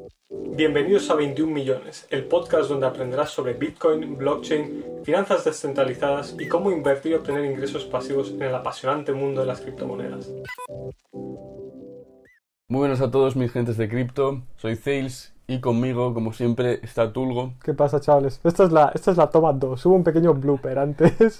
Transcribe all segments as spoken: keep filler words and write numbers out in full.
Bienvenidos a veintiún millones, el podcast donde aprenderás sobre Bitcoin, blockchain, finanzas descentralizadas y cómo invertir y obtener ingresos pasivos en el apasionante mundo de las criptomonedas. Muy buenas a todos mis gentes de cripto, soy Thales y conmigo, como siempre, está Tulgo. ¿Qué pasa, chavales? Esta es la, esta es la toma dos, hubo un pequeño blooper antes.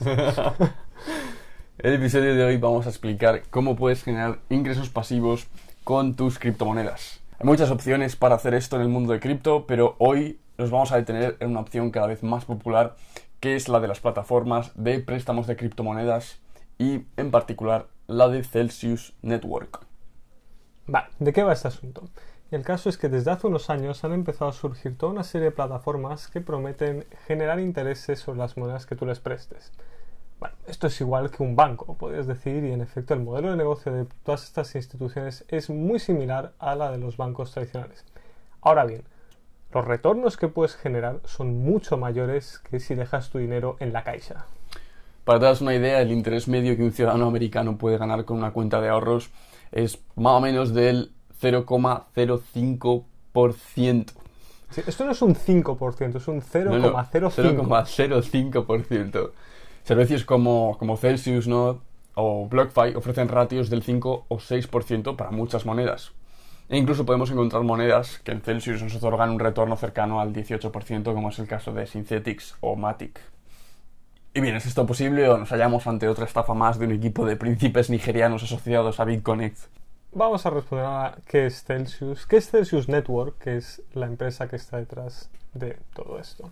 En el episodio de hoy vamos a explicar cómo puedes generar ingresos pasivos con tus criptomonedas. Hay muchas opciones para hacer esto en el mundo de cripto, pero hoy nos vamos a detener en una opción cada vez más popular, que es la de las plataformas de préstamos de criptomonedas y, en particular, la de Celsius Network. Vale, ¿de qué va este asunto? El caso es que desde hace unos años han empezado a surgir toda una serie de plataformas que prometen generar intereses sobre las monedas que tú les prestes. Bueno, esto es igual que un banco, podrías decir, y en efecto el modelo de negocio de todas estas instituciones es muy similar a la de los bancos tradicionales. Ahora bien, los retornos que puedes generar son mucho mayores que si dejas tu dinero en la caixa. Para daros una idea, el interés medio que un ciudadano americano puede ganar con una cuenta de ahorros es más o menos del cero coma cero cinco por ciento. Sí, esto no es un cinco por ciento, es un cero coma cero cinco por ciento. cero coma cero cinco por ciento. Servicios como, como Celsius, ¿no?, o BlockFi ofrecen ratios del cinco o seis por ciento para muchas monedas. E incluso podemos encontrar monedas que en Celsius nos otorgan un retorno cercano al dieciocho por ciento, como es el caso de Synthetix o Matic. Y bien, ¿es esto posible o nos hallamos ante otra estafa más de un equipo de príncipes nigerianos asociados a BitConnect? Vamos a responder a qué es Celsius, qué es Celsius Network, que es la empresa que está detrás de todo esto.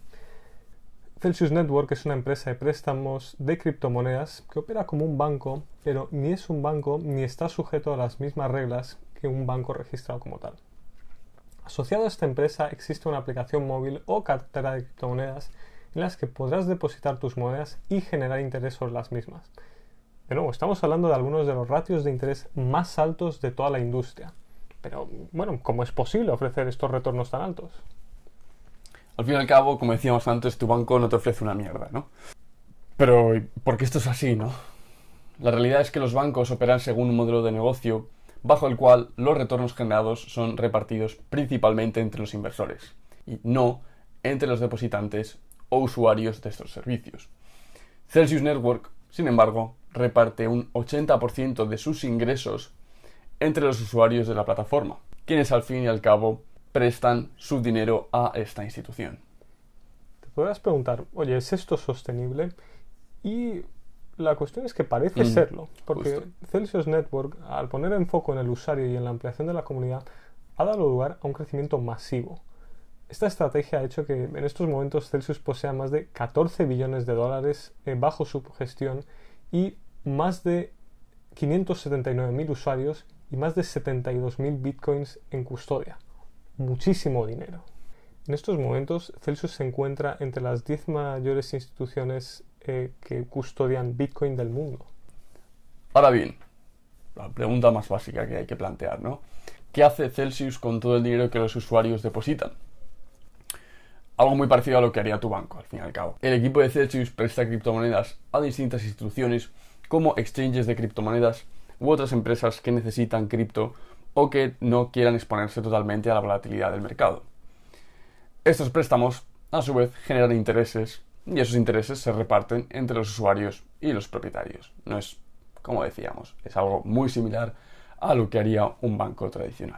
Celsius Network es una empresa de préstamos de criptomonedas que opera como un banco, pero ni es un banco ni está sujeto a las mismas reglas que un banco registrado como tal. Asociado a esta empresa existe una aplicación móvil o cartera de criptomonedas en las que podrás depositar tus monedas y generar interés sobre las mismas. De nuevo, estamos hablando de algunos de los ratios de interés más altos de toda la industria. Pero, bueno, ¿cómo es posible ofrecer estos retornos tan altos? Al fin y al cabo, como decíamos antes, tu banco no te ofrece una mierda, ¿no? Pero, ¿por qué esto es así, no? La realidad es que los bancos operan según un modelo de negocio bajo el cual los retornos generados son repartidos principalmente entre los inversores y no entre los depositantes o usuarios de estos servicios. Celsius Network, sin embargo, reparte un ochenta por ciento de sus ingresos entre los usuarios de la plataforma, quienes al fin y al cabo prestan su dinero a esta institución. Te podrás preguntar, oye, ¿es esto sostenible? Y la cuestión es que parece mm, serlo, porque justo. Celsius Network, al poner en foco en el usuario y en la ampliación de la comunidad, ha dado lugar a un crecimiento masivo. Esta estrategia ha hecho que en estos momentos Celsius posea más de catorce billones de dólares eh, bajo su gestión y más de quinientos setenta y nueve mil usuarios y más de setenta y dos mil bitcoins en custodia. Muchísimo dinero. En estos momentos, Celsius se encuentra entre las diez mayores instituciones eh, que custodian Bitcoin del mundo. Ahora bien, la pregunta más básica que hay que plantear, ¿no? ¿Qué hace Celsius con todo el dinero que los usuarios depositan? Algo muy parecido a lo que haría tu banco, al fin y al cabo. El equipo de Celsius presta criptomonedas a distintas instituciones como exchanges de criptomonedas u otras empresas que necesitan cripto o que no quieran exponerse totalmente a la volatilidad del mercado. Estos préstamos, a su vez, generan intereses y esos intereses se reparten entre los usuarios y los propietarios. No es, como decíamos, es algo muy similar a lo que haría un banco tradicional.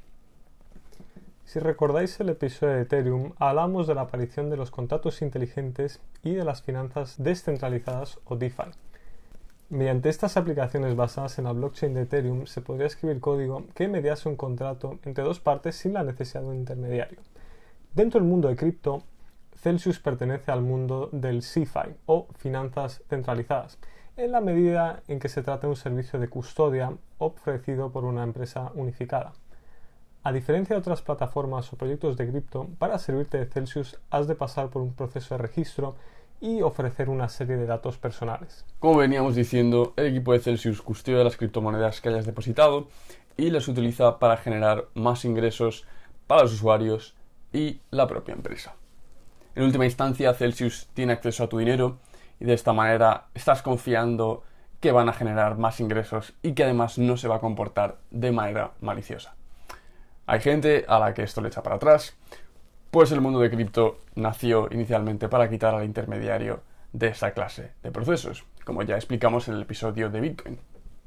Si recordáis el episodio de Ethereum, hablamos de la aparición de los contratos inteligentes y de las finanzas descentralizadas o DeFi. Mediante estas aplicaciones basadas en la blockchain de Ethereum se podría escribir código que mediase un contrato entre dos partes sin la necesidad de un intermediario. Dentro del mundo de cripto, Celsius pertenece al mundo del CeFi o finanzas centralizadas, en la medida en que se trata de un servicio de custodia ofrecido por una empresa unificada. A diferencia de otras plataformas o proyectos de cripto, para servirte de Celsius has de pasar por un proceso de registro y ofrecer una serie de datos personales. Como veníamos diciendo, el equipo de Celsius custodia las criptomonedas que hayas depositado y las utiliza para generar más ingresos para los usuarios y la propia empresa. En última instancia, Celsius tiene acceso a tu dinero y de esta manera estás confiando que van a generar más ingresos y que además no se va a comportar de manera maliciosa. Hay gente a la que esto le echa para atrás, pues el mundo de cripto nació inicialmente para quitar al intermediario de esta clase de procesos, como ya explicamos en el episodio de Bitcoin.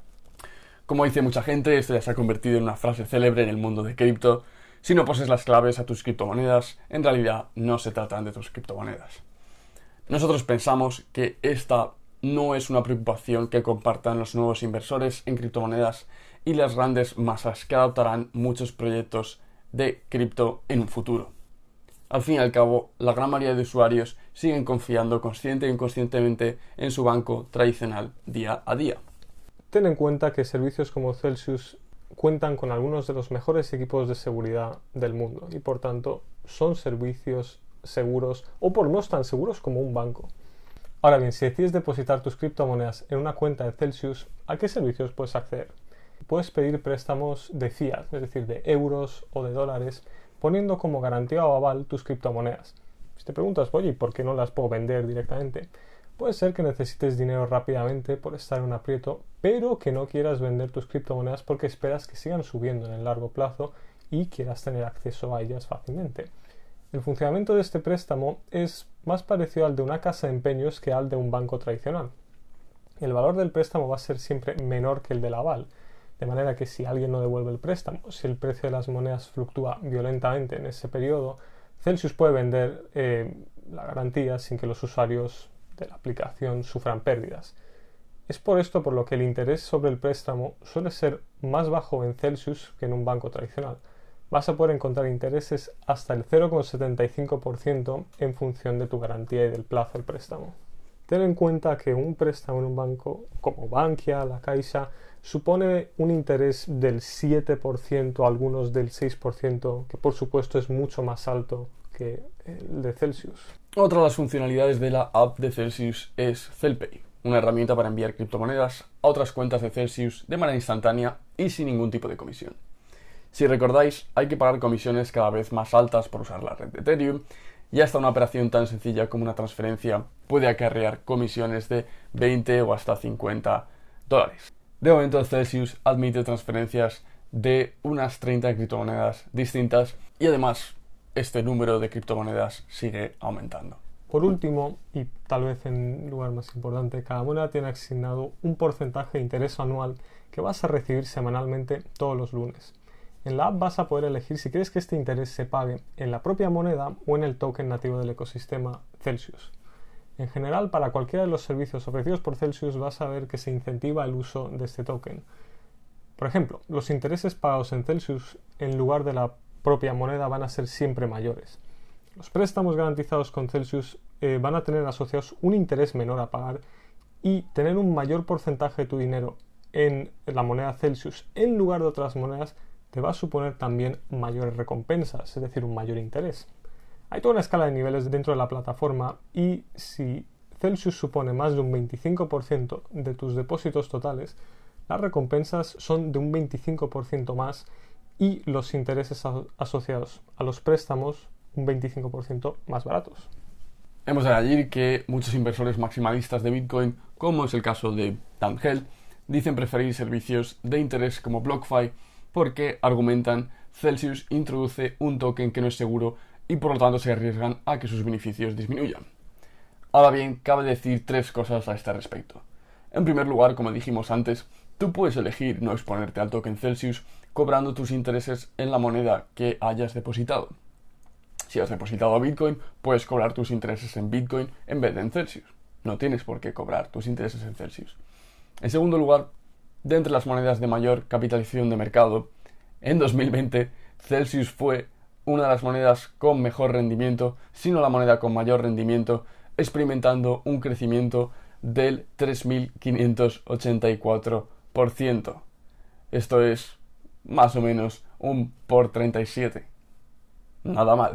Como dice mucha gente, esto ya se ha convertido en una frase célebre en el mundo de cripto: si no poses las claves a tus criptomonedas, en realidad no se tratan de tus criptomonedas. Nosotros pensamos que esta no es una preocupación que compartan los nuevos inversores en criptomonedas y las grandes masas que adoptarán muchos proyectos de cripto en un futuro. Al fin y al cabo, la gran mayoría de usuarios siguen confiando consciente e inconscientemente en su banco tradicional día a día. Ten en cuenta que servicios como Celsius cuentan con algunos de los mejores equipos de seguridad del mundo y por tanto son servicios seguros, o por no tan seguros como un banco. Ahora bien, si decides depositar tus criptomonedas en una cuenta de Celsius, ¿a qué servicios puedes acceder? Puedes pedir préstamos de fiat, es decir, de euros o de dólares, poniendo como garantía o aval tus criptomonedas. Si te preguntas, oye, ¿por qué no las puedo vender directamente? Puede ser que necesites dinero rápidamente por estar en un aprieto, pero que no quieras vender tus criptomonedas porque esperas que sigan subiendo en el largo plazo y quieras tener acceso a ellas fácilmente. El funcionamiento de este préstamo es más parecido al de una casa de empeños que al de un banco tradicional. El valor del préstamo va a ser siempre menor que el del aval, de manera que si alguien no devuelve el préstamo, si el precio de las monedas fluctúa violentamente en ese periodo, Celsius puede vender eh, la garantía sin que los usuarios de la aplicación sufran pérdidas. Es por esto por lo que el interés sobre el préstamo suele ser más bajo en Celsius que en un banco tradicional. Vas a poder encontrar intereses hasta el cero coma setenta y cinco por ciento en función de tu garantía y del plazo del préstamo. Ten en cuenta que un préstamo en un banco como Bankia, la Caixa, supone un interés del siete por ciento, algunos del seis por ciento, que por supuesto es mucho más alto que el de Celsius. Otra de las funcionalidades de la app de Celsius es Celpay, una herramienta para enviar criptomonedas a otras cuentas de Celsius de manera instantánea y sin ningún tipo de comisión. Si recordáis, hay que pagar comisiones cada vez más altas por usar la red de Ethereum, y hasta una operación tan sencilla como una transferencia puede acarrear comisiones de veinte o hasta cincuenta dólares. De momento, Celsius admite transferencias de unas treinta criptomonedas distintas y además este número de criptomonedas sigue aumentando. Por último, y tal vez en lugar más importante, cada moneda tiene asignado un porcentaje de interés anual que vas a recibir semanalmente todos los lunes. En la app vas a poder elegir si quieres que este interés se pague en la propia moneda o en el token nativo del ecosistema Celsius. En general, para cualquiera de los servicios ofrecidos por Celsius vas a ver que se incentiva el uso de este token. Por ejemplo, los intereses pagados en Celsius en lugar de la propia moneda van a ser siempre mayores. Los préstamos garantizados con Celsius eh, van a tener asociados un interés menor a pagar, y tener un mayor porcentaje de tu dinero en la moneda Celsius en lugar de otras monedas te va a suponer también mayores recompensas, es decir, un mayor interés. Hay toda una escala de niveles dentro de la plataforma, y si Celsius supone más de un veinticinco por ciento de tus depósitos totales, las recompensas son de un veinticinco por ciento más y los intereses asociados a los préstamos un veinticinco por ciento más baratos. Hemos de añadir que muchos inversores maximalistas de Bitcoin, como es el caso de Dan Hell, dicen preferir servicios de interés como BlockFi porque, argumentan, Celsius introduce un token que no es seguro y por lo tanto se arriesgan a que sus beneficios disminuyan. Ahora bien, cabe decir tres cosas a este respecto. En primer lugar, como dijimos antes, tú puedes elegir no exponerte al token Celsius cobrando tus intereses en la moneda que hayas depositado. Si has depositado a Bitcoin, puedes cobrar tus intereses en Bitcoin en vez de en Celsius. No tienes por qué cobrar tus intereses en Celsius. En segundo lugar, de entre las monedas de mayor capitalización de mercado, en dos mil veinte Celsius fue una de las monedas con mejor rendimiento, sino la moneda con mayor rendimiento, experimentando un crecimiento del tres mil quinientos ochenta y cuatro por ciento. Esto es más o menos un por treinta y siete. Nada mal.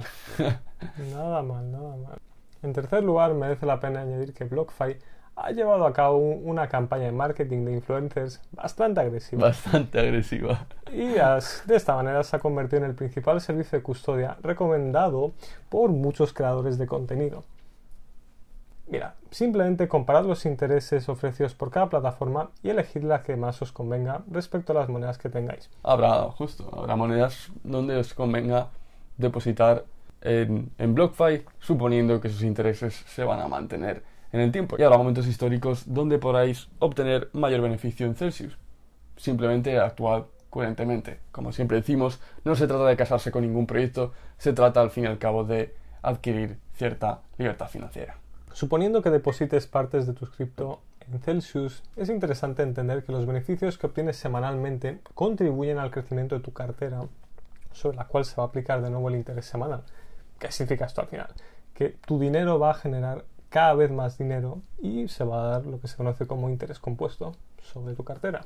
Nada mal, nada mal. En tercer lugar, merece la pena añadir que BlockFi ha llevado a cabo una campaña de marketing de influencers bastante agresiva. Bastante agresiva. Y de esta manera se ha convertido en el principal servicio de custodia recomendado por muchos creadores de contenido. Mira, simplemente comparad los intereses ofrecidos por cada plataforma y elegid la que más os convenga respecto a las monedas que tengáis. Habrá, justo, habrá monedas donde os convenga depositar en, en BlockFi, suponiendo que sus intereses se van a mantener en el tiempo. Y habrá momentos históricos donde podáis obtener mayor beneficio en Celsius. Simplemente actuad coherentemente. Como siempre decimos, no se trata de casarse con ningún proyecto, se trata al fin y al cabo de adquirir cierta libertad financiera. Suponiendo que deposites partes de tus cripto en Celsius, es interesante entender que los beneficios que obtienes semanalmente contribuyen al crecimiento de tu cartera, sobre la cual se va a aplicar de nuevo el interés semanal. ¿Qué significa esto al final? Que tu dinero va a generar cada vez más dinero y se va a dar lo que se conoce como interés compuesto sobre tu cartera.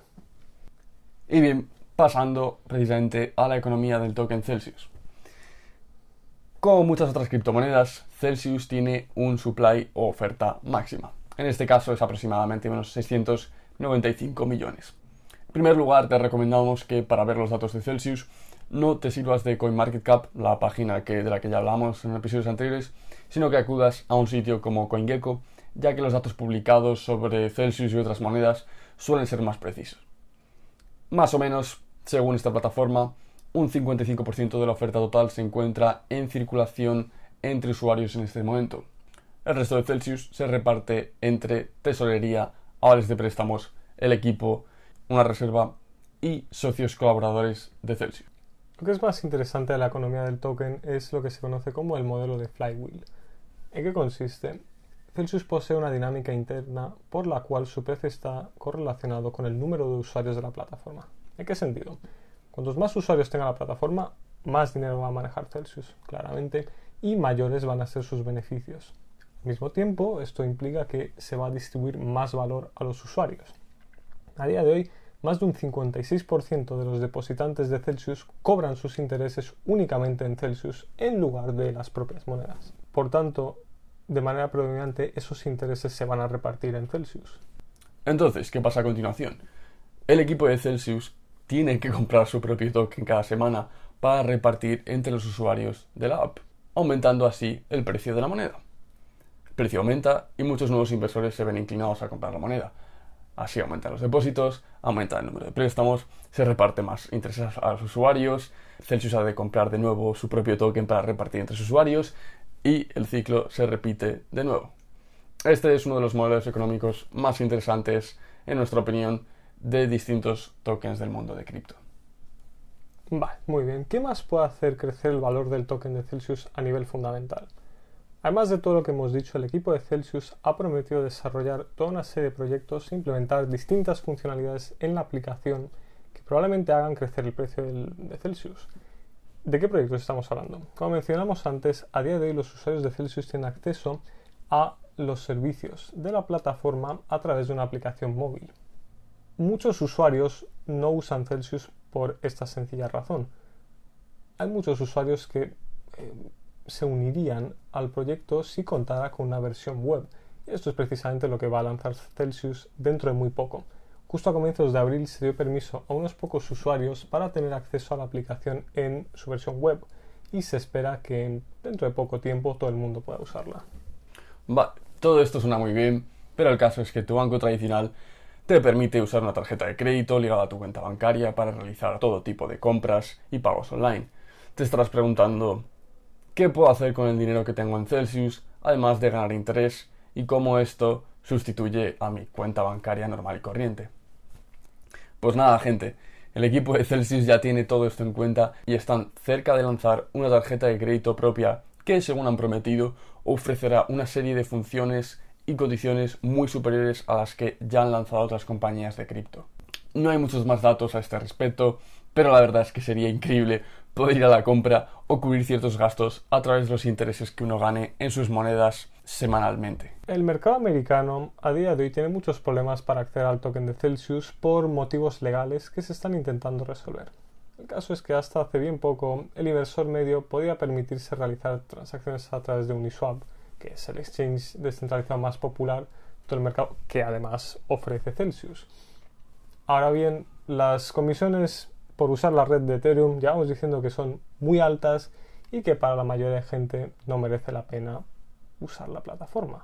Y bien, pasando precisamente a la economía del token Celsius. Como muchas otras criptomonedas, Celsius tiene un supply o oferta máxima. En este caso es aproximadamente unos seiscientos noventa y cinco millones. En primer lugar, te recomendamos que para ver los datos de Celsius no te sirvas de CoinMarketCap, la página que, de la que ya hablamos en episodios anteriores, sino que acudas a un sitio como CoinGecko, ya que los datos publicados sobre Celsius y otras monedas suelen ser más precisos. Más o menos, según esta plataforma, un cincuenta y cinco por ciento de la oferta total se encuentra en circulación entre usuarios en este momento. El resto de Celsius se reparte entre tesorería, avales de préstamos, el equipo, una reserva y socios colaboradores de Celsius. Lo que es más interesante de la economía del token es lo que se conoce como el modelo de flywheel. ¿En qué consiste? Celsius posee una dinámica interna por la cual su precio está correlacionado con el número de usuarios de la plataforma. ¿En qué sentido? Cuantos más usuarios tenga la plataforma, más dinero va a manejar Celsius, claramente, y mayores van a ser sus beneficios. Al mismo tiempo, esto implica que se va a distribuir más valor a los usuarios. A día de hoy, más de un cincuenta y seis por ciento de los depositantes de Celsius cobran sus intereses únicamente en Celsius en lugar de las propias monedas. Por tanto, de manera predominante, esos intereses se van a repartir en Celsius. Entonces, ¿qué pasa a continuación? El equipo de Celsius tiene que comprar su propio token cada semana para repartir entre los usuarios de la app, aumentando así el precio de la moneda. El precio aumenta y muchos nuevos inversores se ven inclinados a comprar la moneda. Así aumentan los depósitos, aumenta el número de préstamos, se reparte más intereses a los usuarios, Celsius ha de comprar de nuevo su propio token para repartir entre sus usuarios y el ciclo se repite de nuevo. Este es uno de los modelos económicos más interesantes, en nuestra opinión, de distintos tokens del mundo de cripto. Vale, muy bien. ¿Qué más puede hacer crecer el valor del token de Celsius a nivel fundamental? Además de todo lo que hemos dicho, el equipo de Celsius ha prometido desarrollar toda una serie de proyectos e implementar distintas funcionalidades en la aplicación que probablemente hagan crecer el precio del, de Celsius. ¿De qué proyectos estamos hablando? Como mencionamos antes, a día de hoy los usuarios de Celsius tienen acceso a los servicios de la plataforma a través de una aplicación móvil. Muchos usuarios no usan Celsius por esta sencilla razón. Hay muchos usuarios que eh, se unirían al proyecto si contara con una versión web. Y esto es precisamente lo que va a lanzar Celsius dentro de muy poco. Justo a comienzos de abril se dio permiso a unos pocos usuarios para tener acceso a la aplicación en su versión web y se espera que dentro de poco tiempo todo el mundo pueda usarla. Vale, todo esto suena muy bien, pero el caso es que tu banco tradicional te permite usar una tarjeta de crédito ligada a tu cuenta bancaria para realizar todo tipo de compras y pagos online. Te estarás preguntando, ¿qué puedo hacer con el dinero que tengo en Celsius, además de ganar interés, y cómo esto sustituye a mi cuenta bancaria normal y corriente? Pues nada, gente, el equipo de Celsius ya tiene todo esto en cuenta y están cerca de lanzar una tarjeta de crédito propia que, según han prometido, ofrecerá una serie de funciones y condiciones muy superiores a las que ya han lanzado otras compañías de cripto. No hay muchos más datos a este respecto, pero la verdad es que sería increíble poder ir a la compra o cubrir ciertos gastos a través de los intereses que uno gane en sus monedas semanalmente. El mercado americano a día de hoy tiene muchos problemas para acceder al token de Celsius por motivos legales que se están intentando resolver. El caso es que hasta hace bien poco el inversor medio podía permitirse realizar transacciones a través de Uniswap, que es el exchange descentralizado más popular de todo el mercado, que además ofrece Celsius. Ahora bien, las comisiones por usar la red de Ethereum llevamos diciendo que son muy altas y que para la mayoría de gente no merece la pena usar la plataforma.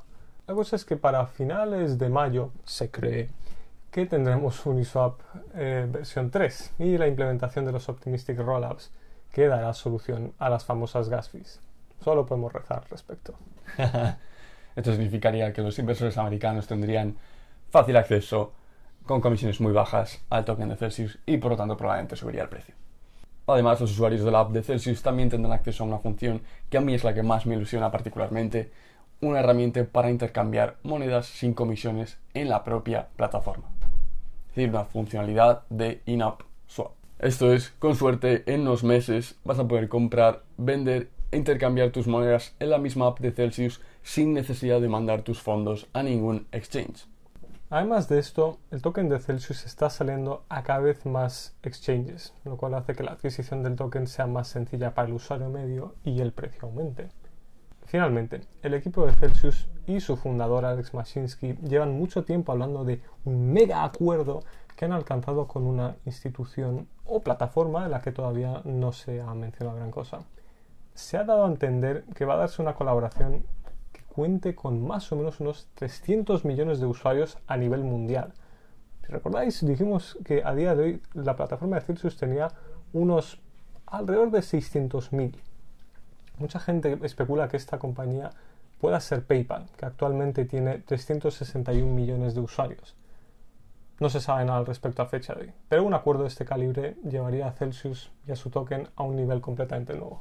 La cosa es que para finales de mayo se cree que tendremos Uniswap eh, versión tres y la implementación de los Optimistic Rollups que dará solución a las famosas gas fees. Solo podemos rezar al respecto. Esto significaría que los inversores americanos tendrían fácil acceso con comisiones muy bajas al token de Celsius y por lo tanto probablemente subiría el precio. Además, los usuarios de la app de Celsius también tendrán acceso a una función que a mí es la que más me ilusiona particularmente, una herramienta para intercambiar monedas sin comisiones en la propia plataforma. Es decir, una funcionalidad de in-app swap. Esto es, con suerte, en unos meses vas a poder comprar, vender e intercambiar tus monedas en la misma app de Celsius sin necesidad de mandar tus fondos a ningún exchange. Además de esto, el token de Celsius está saliendo a cada vez más exchanges, lo cual hace que la adquisición del token sea más sencilla para el usuario medio y el precio aumente. Finalmente, el equipo de Celsius y su fundador Alex Mashinsky llevan mucho tiempo hablando de un mega acuerdo que han alcanzado con una institución o plataforma de la que todavía no se ha mencionado gran cosa. Se ha dado a entender que va a darse una colaboración que cuente con más o menos unos trescientos millones de usuarios a nivel mundial. Si recordáis, dijimos que a día de hoy la plataforma de Celsius tenía unos alrededor de seiscientos mil. Mucha gente especula que esta compañía pueda ser PayPal, que actualmente tiene trescientos sesenta y un millones de usuarios. No se sabe nada al respecto a fecha de hoy, pero un acuerdo de este calibre llevaría a Celsius y a su token a un nivel completamente nuevo.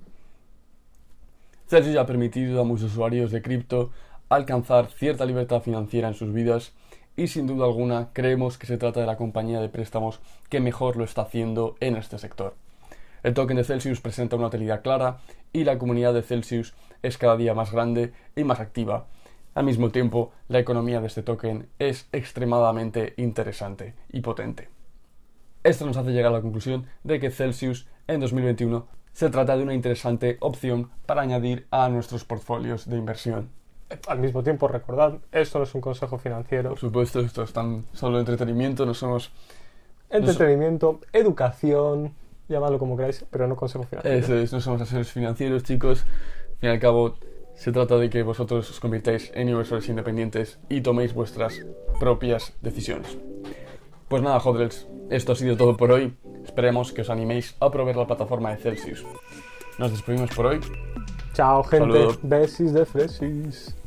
Celsius ha permitido a muchos usuarios de cripto alcanzar cierta libertad financiera en sus vidas y sin duda alguna creemos que se trata de la compañía de préstamos que mejor lo está haciendo en este sector. El token de Celsius presenta una utilidad clara y la comunidad de Celsius es cada día más grande y más activa. Al mismo tiempo, la economía de este token es extremadamente interesante y potente. Esto nos hace llegar a la conclusión de que Celsius en dos mil veintiuno se trata de una interesante opción para añadir a nuestros portfolios de inversión. Al mismo tiempo, recordad, esto no es un consejo financiero. Por supuesto, esto es tan solo entretenimiento, no somos... Entretenimiento, no so- educación, llamadlo como queráis, pero no consejo financiero. Eso es, no somos asesores financieros, chicos. Al fin y al cabo, se trata de que vosotros os convirtáis en inversores independientes y toméis vuestras propias decisiones. Pues nada, hodlers, esto ha sido todo por hoy. Esperemos que os animéis a probar la plataforma de Celsius. Nos despedimos por hoy. Chao, gente. Saludos. Besis de fresis.